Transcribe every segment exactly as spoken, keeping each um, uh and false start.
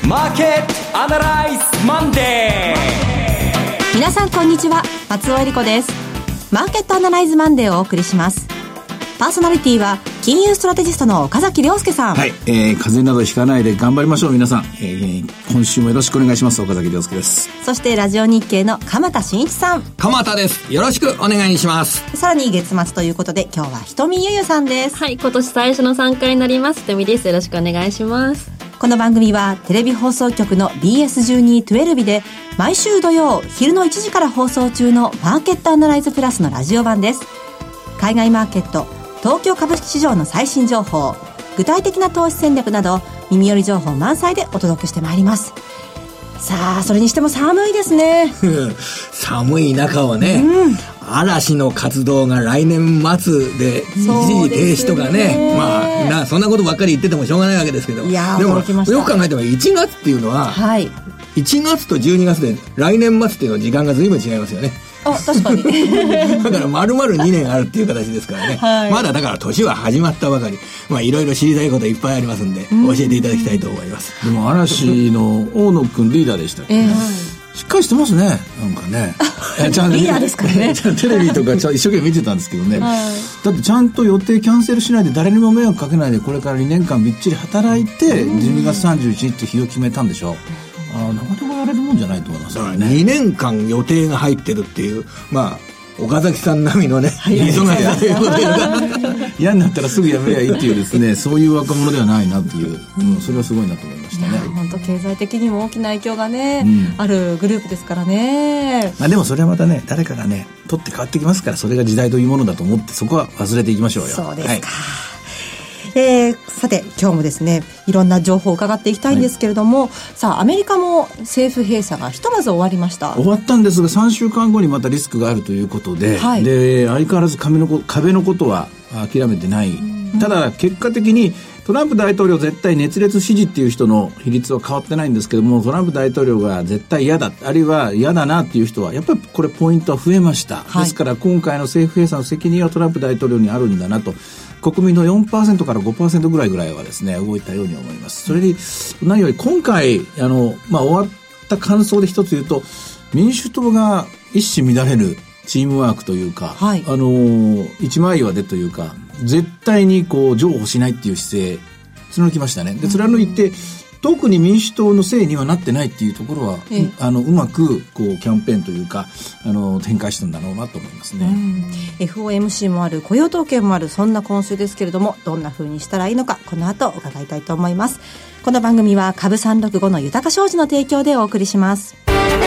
マーケットアナライズマンデー。 皆さんこんにちは、松尾恵理子です。マーケットアナライズマンデーをお送りします。パーソナリティは金融ストラテジストの岡崎亮介さん。 はい、えー、風邪などひかないで頑張りましょう皆さん、えー、今週もよろしくお願いします。岡崎亮介です。 そしてラジオ日経の鎌田新一さん。 鎌田です。よろしくお願いします。 さらに月末ということで今日はひとみゆゆさんです。 はい、今年最初の参加になりますひとみです。よろしくお願いします。 この番組はテレビ放送局の ビーエスじゅうに じゅうに で毎週土曜昼のいちじから放送中のマーケットアナライズプラスのラジオ版です。海外マーケット、東京株式市場の最新情報、具体的な投資戦略など耳寄り情報満載でお届けしてまいります。さあ、それにしても寒いですね寒い中はね、うん、嵐の活動が来年末で一時停止とかね、まあなそんなことばっかり言っててもしょうがないわけですけど、 いやでも驚きました。 よく考えてもいちがつっていうのは、はい、いちがつとじゅうにがつで来年末っていうのは時間が随分違いますよね。 あ、確かにだから丸々にねんあるっていう形ですからね、はい、まだだから年は始まったばかり、まあいろいろ知りたいこといっぱいありますんで、うん、教えていただきたいと思います。 でも嵐の大野くんリーダーでしたっけ、えー、しっかりしてますね、なんかねちゃんとリーダーですかねテレビとかちゃ一生懸命見てたんですけどね、はい、だってちゃんと予定キャンセルしないで誰にも迷惑かけないでこれからにねんかんびっちり働いてじゅうにがつさんじゅういちにちって日を決めたんでしょ。あ、なかなかやれるもんじゃないと思いますね。 にねんかん予定が入ってるっていう、まあ岡崎さん並みのね、忙しさということで嫌になったらすぐやめりゃいいっていうですねそういう若者ではないなっていう、うん、それはすごいなと思いましたね。 本当経済的にも大きな影響がね、うん、あるグループですからね。 まあ、でもそれはまたね誰かがね取って変わってきますから、それが時代というものだと思ってそこは忘れていきましょうよ。 そうですか、 はい。 えー、さて今日もですねいろんな情報を伺っていきたいんですけれども、はい、さあアメリカも政府閉鎖がひとまず終わりました。 終わったんですがさんしゅうかんごにまたリスクがあるということで、はい、で相変わらず壁のこ、壁のことは諦めてない。ただ結果的にトランプ大統領絶対熱烈支持っていう人の比率は変わってないんですけども、トランプ大統領が絶対嫌だあるいは嫌だなっていう人はやっぱりこれポイントは増えました、はい、ですから今回の政府閉鎖の責任はトランプ大統領にあるんだなと、国民の よんパーセント から ごパーセント ぐらいぐらいはですね動いたように思います。それに何より今回あの、まあ、終わった感想で一つ言うと、民主党が一糸乱れるチームワークというか、はい、あの一枚岩でというか絶対にこう譲歩しないっていう姿勢貫きましたね。で貫いて、うん、特に民主党のせいにはなってないっていうところは、ええ、あのうまくこうキャンペーンというかあの展開したんだろうなと思いますね、うん、 エフオーエムシー もある雇用統計もあるそんな今週ですけれども、どんな風にしたらいいのかこの後伺いたいと思います。この番組は株さんろくごの豊か商事の提供でお送りします。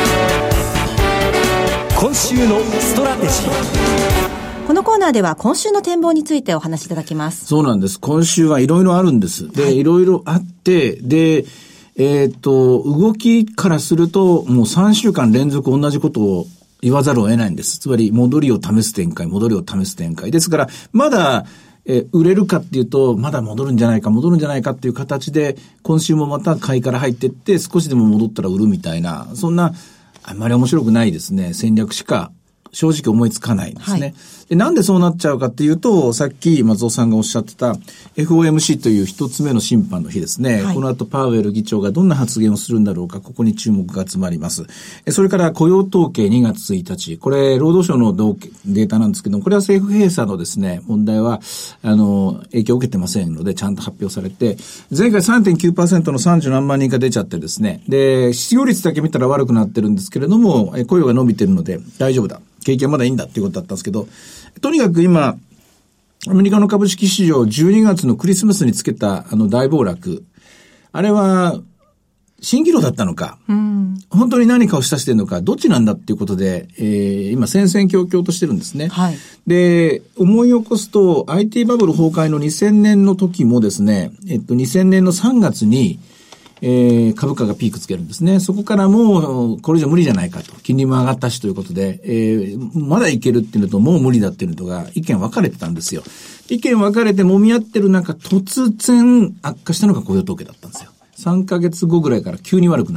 今週のストラテジー。 このコーナーでは今週の展望についてお話しいただきます。 そうなんです。今週はいろいろあるんです。で、いろいろあって、で、えっと、動きからするともうさんしゅうかん連続同じことを言わざるを得ないんです。つまり戻りを試す展開、戻りを試す展開。ですから、まだ、え売れるかっていうと、まだ戻るんじゃないか、戻るんじゃないかっていう形で、今週もまた買いから入っていって、少しでも戻ったら売るみたいな、そんな、あんまり面白くないですね、戦略しか正直思いつかないんですね、はい、でなんでそうなっちゃうかっていうと、さっき松尾さんがおっしゃってた エフオーエムシー という一つ目の審判の日ですね、はい、この後パウエル議長がどんな発言をするんだろうか、ここに注目が集まります。それから雇用統計にがつついたち、これ労働省のデータなんですけども、これは政府閉鎖のですね問題はあの影響を受けてませんのでちゃんと発表されて、前回 さんてんきゅうパーセント のさんじゅうなんまんにんが出ちゃってですね、で失業率だけ見たら悪くなってるんですけれども、雇用が伸びてるので大丈夫だ、景気はまだいいんだっていうことだったんですけど、とにかく今アメリカの株式市場じゅうにがつのクリスマスにつけたあの大暴落、あれは蜃気楼だったのか、うん、本当に何かを示唆しているのか、どっちなんだっていうことで、えー、今戦々恐々としてるんですね、はい、で思い起こすと アイティー バブル崩壊のにせんねんの時もですね、えっと、にせんねんのさんがつにえー、株価がピークつけるんですね。そこからもうこれ以上無理じゃないかと、金利も上がったしということで、えー、まだいけるっていうのともう無理だっていうのとが意見分かれてたんですよ。意見分かれて揉み合ってる中、突然悪化したのが雇用統計だったんですよ。さんかげつごぐらいから急に悪くなってきて、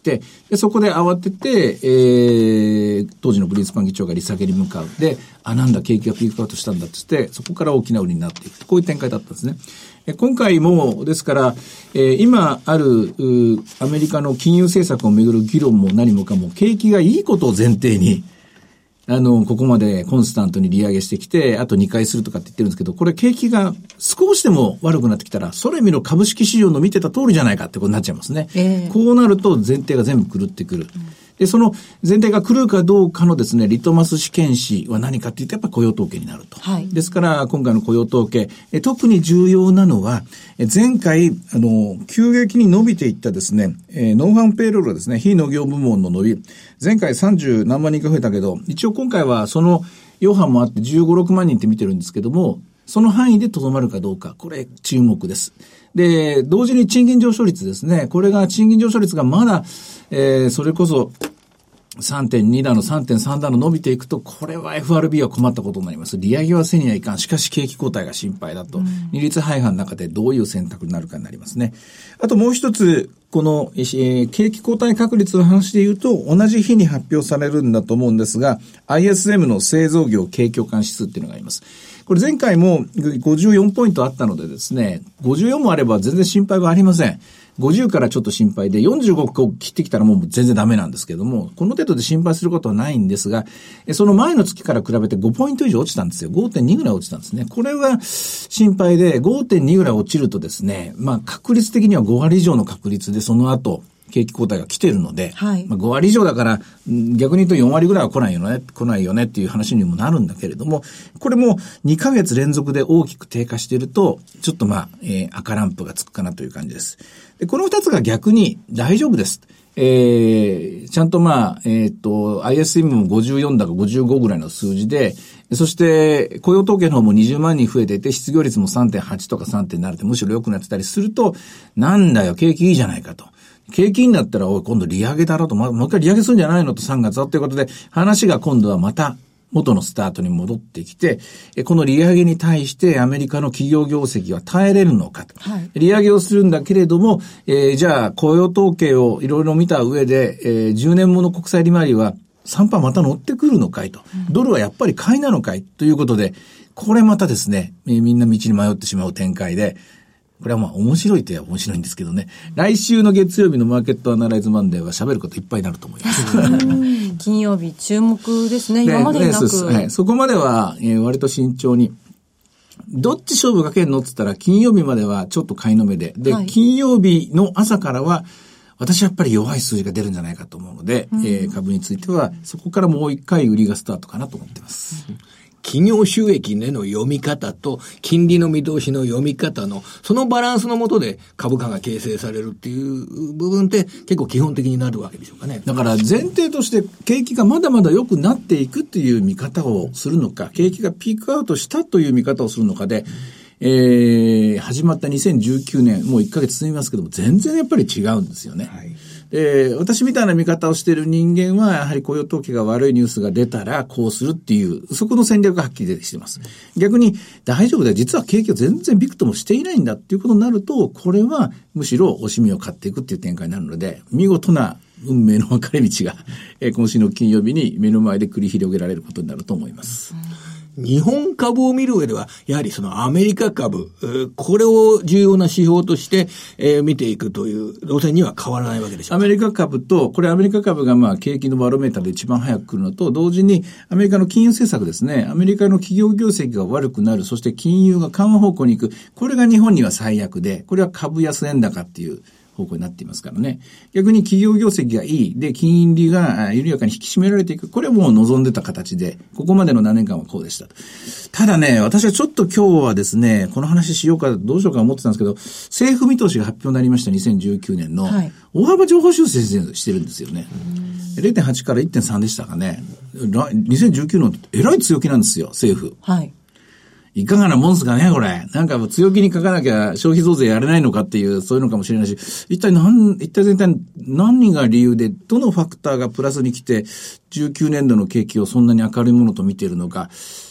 て、で、そこで慌てて、えー、当時のグリーンスパン議長が利下げに向かう。で、あ、なんだ、景気がピークアウトしたんだって言って、そこから大きな売りになっていく。こういう展開だったんですね。今回も、ですから、えー、今ある、アメリカの金融政策をめぐる議論も何もかも、景気がいいことを前提に、あの、ここまでコンスタントに利上げしてきて、あとにかいするとかって言ってるんですけど、これ景気が少しでも悪くなってきたら、それ見ろ株式市場の見てた通りじゃないかってことになっちゃいますね。えー、こうなると前提が全部狂ってくる。うん、で、その前提が狂うかどうかのですね、リトマス試験紙は何かって言うと、やっぱり雇用統計になると。はい、ですから、今回の雇用統計、え特に重要なのは、え前回、あの、急激に伸びていったですね、えー、ノンファンペイロールですね、非農業部門の伸び、前回さんじゅうなんまんにんが増えたけど、一応今回はその余波もあってじゅうご、ろくまんにんって見てるんですけども、その範囲でとどまるかどうか、これ注目です。で、同時に賃金上昇率ですね、これが賃金上昇率がまだ、えー、それこそ、さんてんに だの さんてんさん だの伸びていくと、これは エフアールビー は困ったことになります。利上げはせにはいかん。しかし景気後退が心配だと。うん、二律背反の中でどういう選択になるかになりますね。あともう一つ、この、えー、景気後退確率の話で言うと、同じ日に発表されるんだと思うんですが、アイエスエム の製造業景況感指数っていうのがあります。これ前回もごじゅうよんポイントあったのでですね、ごじゅうよんもあれば全然心配はありません。ごじゅうからちょっと心配で、よんじゅうごを切ってきたらもう全然ダメなんですけども、この程度で心配することはないんですが、その前の月から比べてごポイント以上落ちたんですよ。ごてんに ぐらい落ちたんですね。これは心配で、ごてんに ぐらい落ちるとですね、まあ確率的にはごわり以上の確率でその後、景気後退が来てるので、はい、まあごわり以上だから、逆に言うとよんわりぐらいは来ないよね、来ないよねっていう話にもなるんだけれども、これもにかげつ連続で大きく低下していると、ちょっとまあ、えー、赤ランプがつくかなという感じです。で、この二つが逆に大丈夫です。えー、ちゃんとまあ、えっと、アイエスエム もごじゅうよんだかごじゅうごぐらいの数字で、そして雇用統計の方もにじゅうまんにん増えていて、失業率も さんてんはち とか さんてんなな ってむしろ良くなってたりすると、なんだよ、景気いいじゃないかと。景気になったら、おい、今度利上げだろうと、もう一回利上げするんじゃないのとさんがつはということで、話が今度はまた元のスタートに戻ってきて、この利上げに対してアメリカの企業業績は耐えれるのかと。はい、利上げをするんだけれども、えー、じゃあ雇用統計をいろいろ見た上で、えー、じゅうねんもの国債利回りは さんパーセント また乗ってくるのかいと。うん、ドルはやっぱり買いなのかいということで、これまたですね、えー、みんな道に迷ってしまう展開で、これはまあ面白いといえば面白いんですけどね。来週の月曜日のマーケットアナライズマンデーは喋ることいっぱいになると思います。 金曜日注目ですね。今までになく。 そ, はい、そこまでは、えー、割と慎重に。どっち勝負かけるのって言ったら金曜日まではちょっと買いの目で。で、はい、金曜日の朝からは私はやっぱり弱い数字が出るんじゃないかと思うので、うん、えー、株についてはそこからもう一回売りがスタートかなと思っています。うん、 企業収益での読み方と金利の見通しの読み方のそのバランスの下で株価が形成されるっていう部分って結構基本的になるわけでしょうかね。 だから前提として景気がまだまだ良くなっていくっていう見方をするのか、景気がピークアウトしたという見方をするのかで、えー、始まったにせんじゅうきゅうねんもういっかげつ進みますけども全然やっぱり違うんですよね。はい、で、私みたいな見方をしている人間は、やはり雇用統計が悪いニュースが出たら、こうするっていう、そこの戦略がはっきり出てきています。逆に、大丈夫だよ。実は景気を全然ビクともしていないんだっていうことになると、これはむしろ惜しみを買っていくっていう展開になるので、見事な運命の分かれ道が、えー、今週の金曜日に目の前で繰り広げられることになると思います。 日本株を見る上では、やはりそのアメリカ株、これを重要な指標として、えー、見ていくという路線には変わらないわけでしょうか。 アメリカ株と、これアメリカ株がまあ景気のバロメーターで一番早く来るのと、同時にアメリカの金融政策ですね、アメリカの企業業績が悪くなる、そして金融が緩和方向に行く、これが日本には最悪で、これは株安円高っていう方向になっていますからね。逆に企業業績がいい。で、金利が緩やかに引き締められていく。これはもう望んでた形で、ここまでのなねんかんはこうでした。ただね、私はちょっと今日はですね、この話しようかどうしようか思ってたんですけど、政府見通しが発表になりましたにせんじゅうきゅうねんの、はい、大幅情報修正してるんですよね。れいてんはち から いってんさん でしたかね。にせんじゅうきゅうねんのえらい強気なんですよ、政府。はい。いかがなもんすかね、これ。なんか強気に書かなきゃ消費増税やれないのかっていう、そういうのかもしれないし、一体何、一体全体何が理由で、どのファクターがプラスに来て、じゅうきゅうねんどの景気をそんなに明るいものと見ているのか、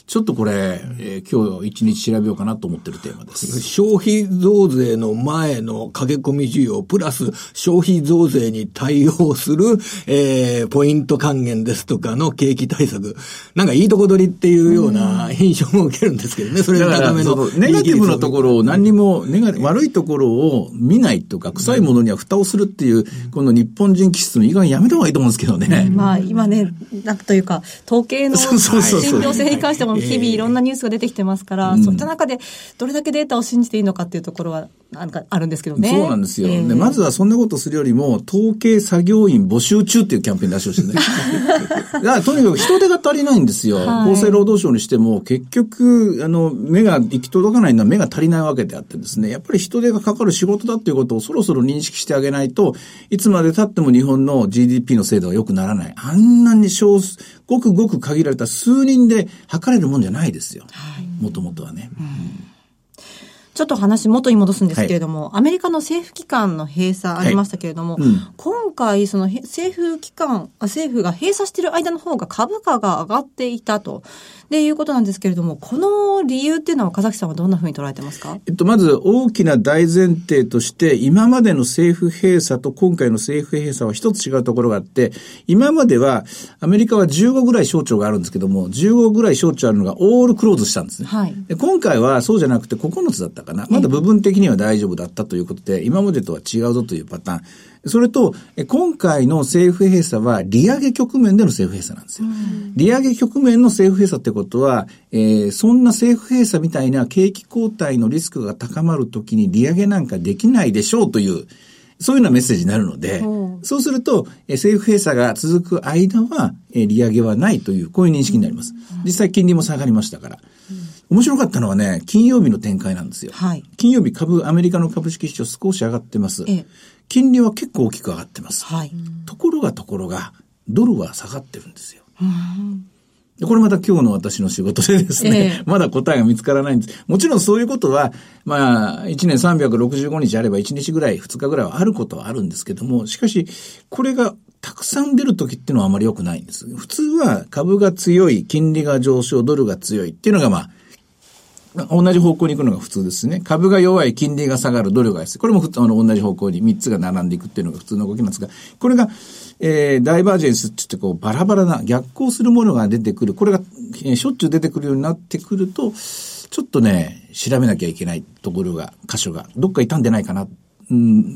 ちょっとこれ、えー、今日一日調べようかなと思ってるテーマです。 消費増税の前の駆け込み需要プラス消費増税に対応する、えー、ポイント還元ですとかの景気対策。なんかいいとこ取りっていうような印象も受けるんですけどね。それが高めの。 ネガティブなところを何にも、ネガ悪いところを見ないとか、臭いものには蓋をするっていう、うん、この日本人気質の意外にやめた方がいいと思うんですけどね。 うん、まあ今ね、なんというか、統計の信憑性に関しても日々いろんなニュースが出てきてますから、えー、そういった中でどれだけデータを信じていいのかっていうところはなんかあるんですけどね。 そうなんですよ。えー、でまずはそんなことするよりも、統計作業員募集中っていうキャンペーン出してほしいですね。だからとにかく人手が足りないんですよ。はい、厚生労働省にしても、結局、あの、目が行き届かないのは目が足りないわけであってですね、やっぱり人手がかかる仕事だっていうことをそろそろ認識してあげないと、いつまで経っても日本の ジーディーピー の精度は良くならない。あんなに少数、ごくごく限られた数人で測れるもんじゃないですよ。もともとはね。うん、 ちょっと話元に戻すんですけれども、はい、アメリカの政府機関の閉鎖ありましたけれども、はいうん、今回その政府機関、政府が閉鎖している間の方が株価が上がっていたと。でいうことなんですけれども、この理由っていうのは岡崎さんはどんなふうに捉えてますか？ えっと、まず大きな大前提として、今までの政府閉鎖と今回の政府閉鎖は一つ違うところがあって、今まではアメリカはじゅうごぐらい省庁があるんですけども、じゅうごぐらい省庁あるのがオールクローズしたんですね。はい、で今回はそうじゃなくてここのつだったかな。まだ部分的には大丈夫だったということで、今までとは違うぞというパターン。それと、今回の政府閉鎖は利上げ局面での政府閉鎖なんですよ。利上げ局面の政府閉鎖ってことは、えー、そんな政府閉鎖みたいな景気後退のリスクが高まるときに利上げなんかできないでしょうという、そういうようなメッセージになるので、そうすると、政府閉鎖が続く間は、利上げはないという、こういう認識になります。実際金利も下がりましたから。面白かったのはね、金曜日の展開なんですよ。はい、金曜日株、アメリカの株式市場少し上がってます。ええ、金利は結構大きく上がってます。はい、ところがところが、ドルは下がってるんですよ。うんでこれまた今日の私の仕事でですね、ええ、まだ答えが見つからないんです。もちろんそういうことは、まあ、いちねんさんびゃくろくじゅうごにちあればいちにちぐらい、ふつかぐらいはあることはあるんですけども、しかし、これがたくさん出るときっていうのはあまり良くないんです。普通は株が強い、金利が上昇、ドルが強いっていうのがまあ、同じ方向に行くのが普通ですね。株が弱い、金利が下がる、ドルが安い。これも普通、あの、同じ方向にみっつが並んでいくっていうのが普通の動きなんですが、これが、えー、ダイバージェンスって言ってこう、バラバラな、逆行するものが出てくる。これが、えー、しょっちゅう出てくるようになってくると、ちょっとね、調べなきゃいけないところが、箇所が、どっか傷んでないかな。うん、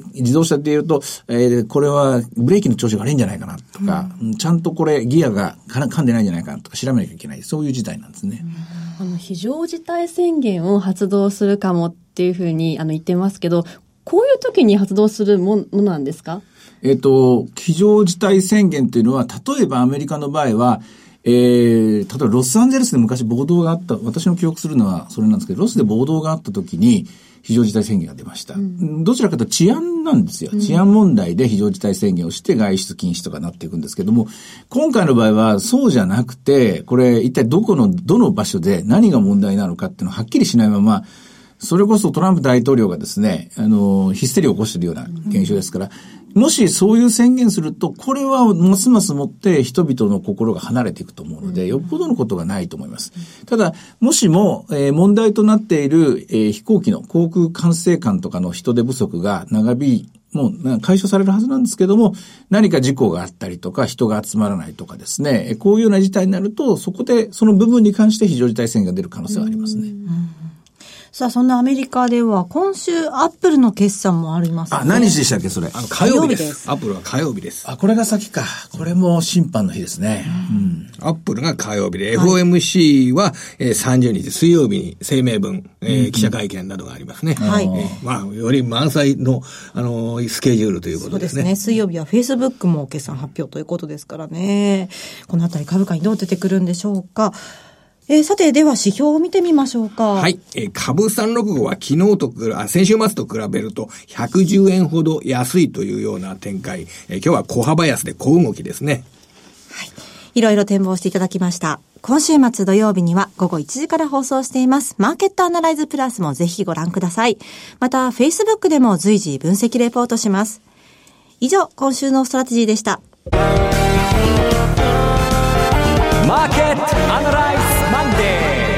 自動車で言うと、えー、これはブレーキの調子が悪いんじゃないかなとか、うん、ちゃんとこれギアが噛んでないんじゃないかなとか調べなきゃいけない。そういう事態なんですね。 うん、あの非常事態宣言を発動するかもっていうふうにあの言ってますけど、こういう時に発動するものなんですか？ えっと、非常事態宣言というのは、例えばアメリカの場合は、えー、例えばロサンゼルスで昔暴動があった、私の記憶するのはそれなんですけど、ロスで暴動があった時に、非常事態宣言が出ました。うん、どちらかというと治安なんですよ。治安問題で非常事態宣言をして外出禁止とかなっていくんですけども、今回の場合はそうじゃなくて、これ一体どこの、どの場所で何が問題なのかっていうのをはっきりしないまま、それこそトランプ大統領がですね、あの、ヒステリーを起こしているような現象ですから、うん、もしそういう宣言すると、これはますますもって人々の心が離れていくと思うので、よっぽどのことがないと思います。ただ、もしも、えー、問題となっている、えー、飛行機の航空管制官とかの人手不足が長引いもう解消されるはずなんですけども、何か事故があったりとか人が集まらないとかですね、こういうような事態になると、そこでその部分に関して非常事態宣言が出る可能性はありますね。 さあ、そんなアメリカでは今週アップルの決算もありますね。 あ、何日でしたっけそれ。 あの火曜日です。ですアップルは火曜日です。 あ、これが先か。これも審判の日ですね。 うん、アップルが火曜日で、はい、エフオーエムシー は、えー、さんじゅうにち水曜日に声明文、えーうん、記者会見などがありますね。はい。えー、まあより満載のあのー、スケジュールということですね。 そうですね。水曜日は Facebook も決算発表ということですからね。このあたり株価にどう出てくるんでしょうか。えー、さて、では指標を見てみましょうか。 はい。えー、株さんろくごは昨日とあ、先週末と比べるとひゃくじゅうえんほど安いというような展開。えー、今日は小幅安で小動きですね。 はい。いろいろ展望していただきました。今週末土曜日には午後いちじから放送しています。マーケットアナライズプラスもぜひご覧ください。また、Facebook でも随時分析レポートします。以上、今週のストラテジーでした。 マーケットアナライズマンデー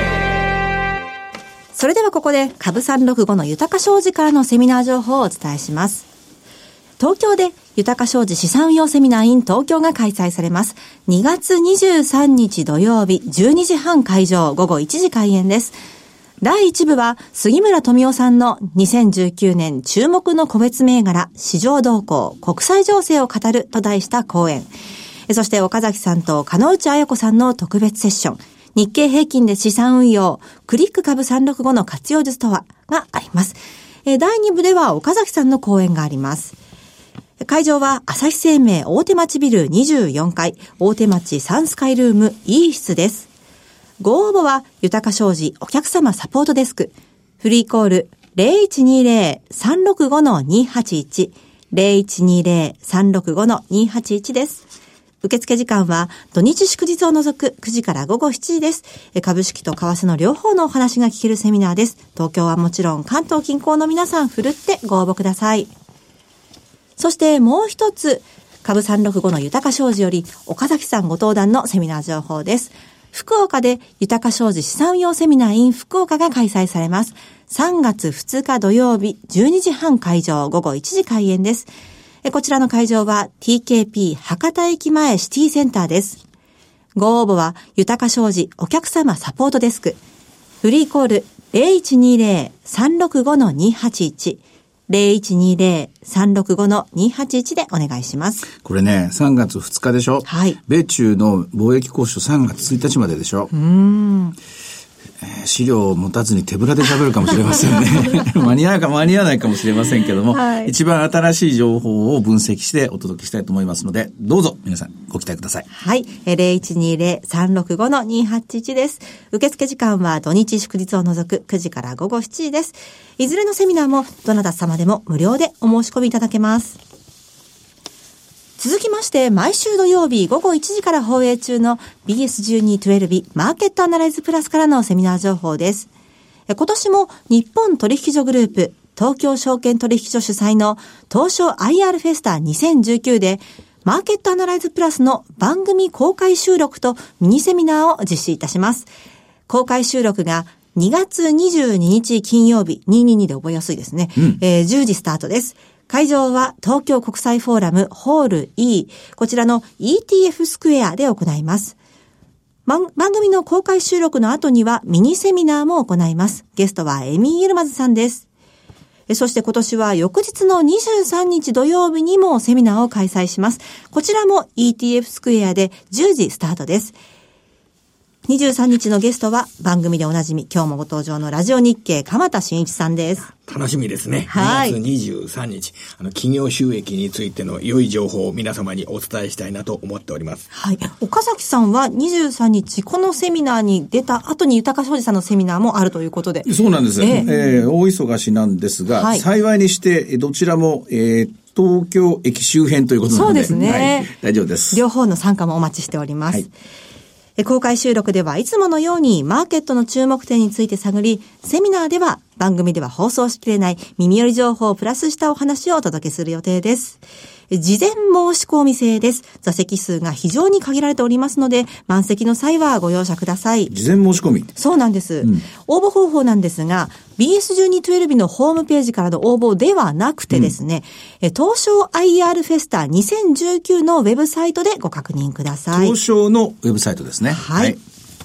それではここで株さんろくごの豊か商事からのセミナー情報をお伝えします。東京で豊か商事資産運用セミナー in 東京が開催されます。にがつにじゅうさんにち土曜日じゅうにじはん会場、午後いちじ開演です。だいいち部は杉村富夫さんのにせんじゅうきゅうねん注目の個別銘柄市場動向国際情勢を語ると題した講演。そして岡崎さんと鹿内彩子さんの特別セッション。日経平均で資産運用クリック株さんろくごの活用術とはがあります。だいに部では岡崎さんの講演があります。会場は朝日生命大手町ビルにじゅうよんかい大手町サンスカイルーム E 室です。ご応募は豊か商事お客様サポートデスク。フリーコール ゼロいちにゼロ さんろくご にはちいち ゼロいちにゼロ さんろくご にはちいちです。受付時間は土日祝日を除くくじから午後しちじです。株式と為替の両方のお話が聞けるセミナーです。東京はもちろん関東近郊の皆さんふるってご応募ください。そしてもう一つ、株さんろくごの豊か商事より岡崎さんご登壇のセミナー情報です。福岡で豊か商事資産運用セミナー in 福岡が開催されます。さんがつふつか土曜日じゅうにじはん会場、午後いちじ開演です。こちらの会場は ティーケーピー 博多駅前シティセンターです。ご応募は豊か商事お客様サポートデスク。フリーコール ゼロいちにゼロ さんろくご にはちいち ゼロいちにゼロ さんろくご にはちいちでお願いします。 これね、さんがつふつかでしょ。 はい。 米中の貿易交渉さんがつついたちまででしょ。 うーん。 えー、資料を持たずに手ぶらで喋るかもしれませんね。間に合うか間に合わないかもしれませんけども、はい、一番新しい情報を分析してお届けしたいと思いますので、どうぞ皆さんご期待ください。 はい。ゼロいちにゼロ さんろくご にはちいちです。受付時間は土日祝日を除くくじから午後しちじです。いずれのセミナーもどなた様でも無料でお申し込みいただけます。続きまして、毎週土曜日午後いちじから放映中の ビーエスじゅうにじゅうに マーケットアナライズプラスからのセミナー情報です。今年も日本取引所グループ、東京証券取引所主催の東証 アイアール フェスタにせんじゅうきゅうで、マーケットアナライズプラスの番組公開収録とミニセミナーを実施いたします。公開収録がにがつにじゅうににち金曜日、にひゃくにじゅうにで覚えやすいですね。うん、えー、じゅうじスタートです。会場は東京国際フォーラムホール E、こちらの イーティーエフ スクエアで行います。番組の公開収録の後にはミニセミナーも行います。ゲストはエミー・ユルマズさんです。そして今年は翌日のにじゅうさんにち土曜日にもセミナーを開催します。こちらも イーティーエフ スクエアでじゅうじスタートです。にじゅうさんにちのゲストは番組でおなじみ、今日もご登場のラジオ日経鎌田新一さんです。 楽しみですね。 はい。 にがつにじゅうさんにち、あの企業収益についての良い情報を皆様にお伝えしたいなと思っております。 はい。岡崎さんはにじゅうさんにちこのセミナーに出た後に豊か商事さんのセミナーもあるということで。 そうなんです。えー、えー、大忙しなんですが、 はい、幸いにしてどちらも、えー、東京駅周辺ということなので、 そうですね、 はい、大丈夫です。 両方の参加もお待ちしております。はい。公開収録ではいつものようにマーケットの注目点について探り、セミナーでは番組では放送しきれない耳寄り情報をプラスしたお話をお届けする予定です。事前申し込み制です。座席数が非常に限られておりますので、満席の際はご容赦ください。 事前申し込み。 そうなんです。うん、応募方法なんですが、ビーエスじゅうにじゅうに のホームページからの応募ではなくてですね、うん、東証 アイアール フェスタにせんじゅうきゅうのウェブサイトでご確認ください。 東証のウェブサイトですね。 はい。はい、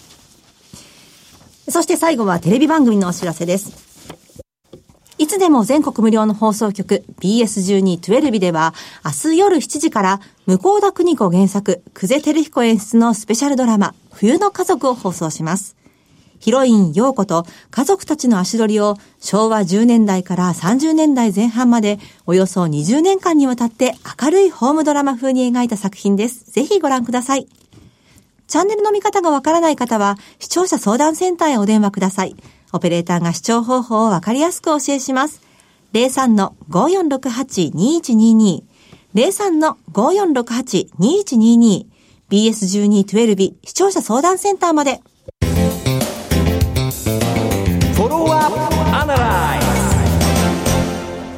そして最後はテレビ番組のお知らせです。いつでも全国無料の放送局 ビーエスじゅうにじゅうに では明日夜しちじから向田邦子原作久世照彦演出のスペシャルドラマ冬の家族を放送します。ヒロイン陽子と家族たちの足取りをしょうわじゅうねんだいからさんじゅうねんだいぜん半までおよそにじゅうねんかんにわたって明るいホームドラマ風に描いた作品です。ぜひご覧ください。チャンネルの見方がわからない方は視聴者相談センターへお電話ください。オペレーターが視聴方法をわかりやすくお教えします。ゼロさんのごよんろくはちにいちにに ゼロさんのごよんろくはちにいちにに ビーエスじゅうにじゅうに 視聴者相談センターまで。 フォローアップアナライズ。 鎌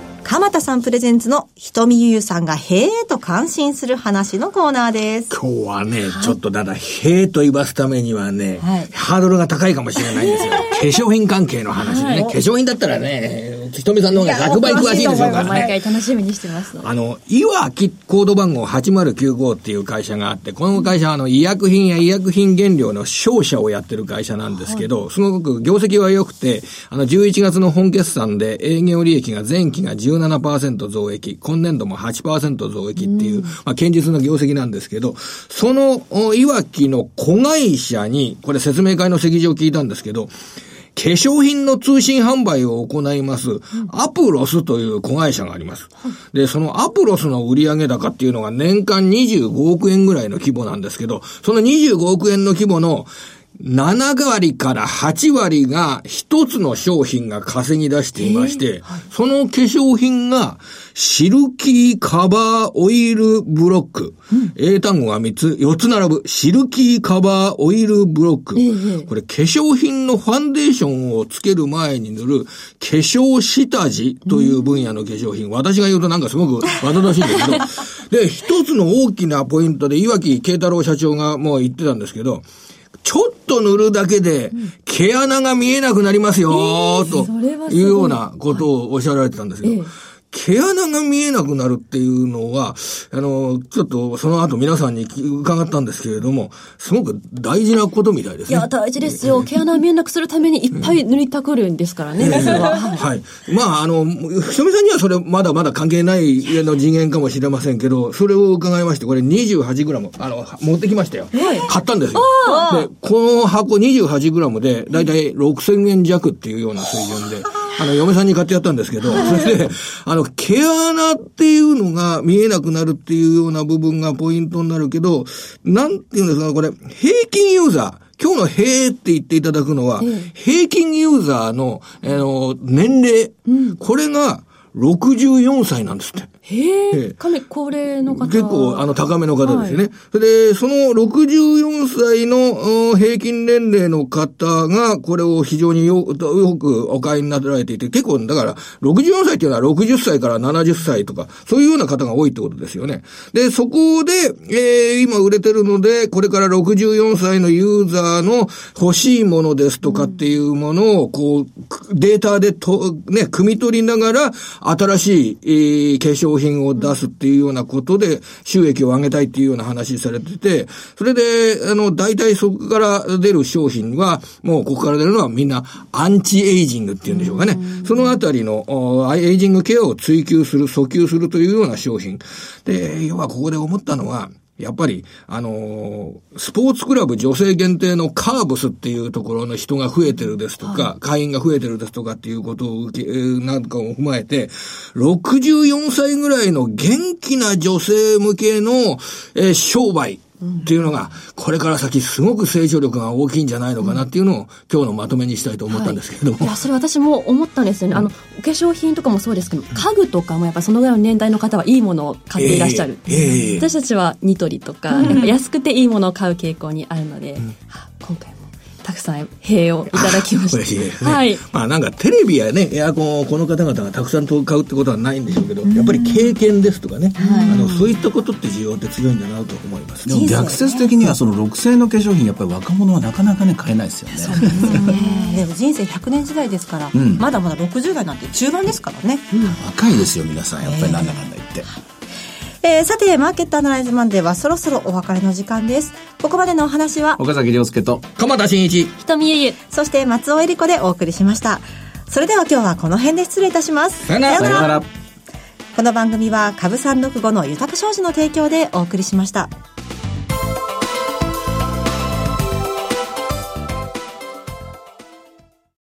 鎌田さんプレゼンツの瞳ゆゆさんがへーと感心する話のコーナーです。 今日はね、はい、ちょっとただ、へーと言わすためにはね、はい、ハードルが高いかもしれないんですよ。化粧品関係の話でね、はい、化粧品だったらね、ひとみさんの方がひゃくばい詳しいですよからね。 毎回楽しみにしてますので。 あの、いわきコード番号はちまるきゅうごっていう会社があって、この会社はあの、医薬品や医薬品原料の商社をやってる会社なんですけど、はい、すごく業績は良くて、あの、じゅういちがつの本決算で営業利益が前期が じゅうななパーセント 増益、今年度も はちパーセント 増益っていう、うん、まあ、堅実な業績なんですけど、その、いわきの子会社に、これ説明会の席次を聞いたんですけど、化粧品の通信販売を行います、アプロスという子会社があります。で、そのアプロスの売上高っていうのが年間にじゅうごおくえんぐらいの規模なんですけど、そのにじゅうごおくえんの規模のななわりからはちわりが一つの商品が稼ぎ出していまして、その化粧品がシルキーカバーオイルブロック。うん、英単語がみっつ、よっつ並ぶ。シルキーカバーオイルブロック。これ化粧品のファンデーションをつける前に塗る化粧下地という分野の化粧品。うん、私が言うとなんかすごくわざとらしいんですけど。で、一つの大きなポイントで岩木慶太郎社長がもう言ってたんですけど、ちょっと塗るだけで毛穴が見えなくなりますよーというようなことをおっしゃられてたんですよ。毛穴が見えなくなるっていうのは、あの、ちょっとその後皆さんに伺ったんですけれども、すごく大事なことみたいですね。 いや、大事ですよ。毛穴見えなくするためにいっぱい塗りたくるんですからね、 えー、それは。はい。まあ、あの、ひとみさんにはそれまだまだ関係ないの次元かもしれませんけど、それを伺いまして、これにじゅうはちグラム、あの、持ってきましたよ。はい、買ったんですよ。で、この箱にじゅうはちグラムで、だいたいろくせんえん弱っていうような水準で、あの、嫁さんに買ってやったんですけど、それで、あの、毛穴っていうのが見えなくなるっていうような部分がポイントになるけど、なんていうんですか、これ、平均ユーザー、今日のへーって言っていただくのは、平均ユーザーの、あの、年齢、うん、これがろくじゅうよんさいなんですって。 へえ、かなり高齢の方。 結構、あの、高めの方ですよね。はい、それで、そのろくじゅうよんさいの平均年齢の方が、これを非常によ、よくお買いになられていて、結構、だから、ろくじゅうよんさいっていうのはろくじゅっさいからななじゅっさいとか、そういうような方が多いってことですよね。で、そこで、えー、今売れてるので、これからろくじゅうよんさいのユーザーの欲しいものですとかっていうものを、こう、データでと、ね、汲み取りながら、新しい、えー、化粧品を出すっていうようなことで収益を上げたいっていうような話されてて、それで、あの、大体そこから出る商品は、もうここから出るのはみんなアンチエイジングっていうんでしょうかね。そのあたりのエイジングケアを追求する、訴求するというような商品。で、要はここで思ったのは、やっぱり、あのー、スポーツクラブ女性限定のカーブスっていうところの人が増えてるですとか、はい、会員が増えてるですとかっていうことを受け、なんかを踏まえて、ろくじゅうよんさいぐらいの元気な女性向けの、えー、商売っていうのが、これから先すごく成長力が大きいんじゃないのかなっていうのを今日のまとめにしたいと思ったんですけれども。 はい、いや、それ私も思ったんですよね。あの、お化粧品とかもそうですけど、家具とかもやっぱそのぐらいの年代の方はいいものを買っていらっしゃる。えーえー、私たちはニトリとか、やっぱ安くていいものを買う傾向にあるので、うん、今回もたくさん塀をいただきました。嬉しいですね。はい。 まあなんかテレビやね、エアコンをこの方々がたくさん買うってことはないんでしょうけど、やっぱり経験ですとかね、あのそういったことって需要って強いんだなと思います。 でも逆説的にはそのろくせんえんの化粧品やっぱり若者はなかなかね買えないですよね。 そうですね。でも人生ひゃくねん時代ですから、うん、まだまだろくじゅう代なんて中盤ですからね。 うん、若いですよ皆さんやっぱりなんだかんだ言って。 えー、さてマーケットアナライズマンデーはそろそろお別れの時間です。ここまでのお話は岡崎亮介と鎌田新一、 瞳ゆゆ、 そして松尾恵理子でお送りしました。それでは今日はこの辺で失礼いたします。 さよなら。 さよなら。この番組は株三六五の豊か商事の提供でお送りしました。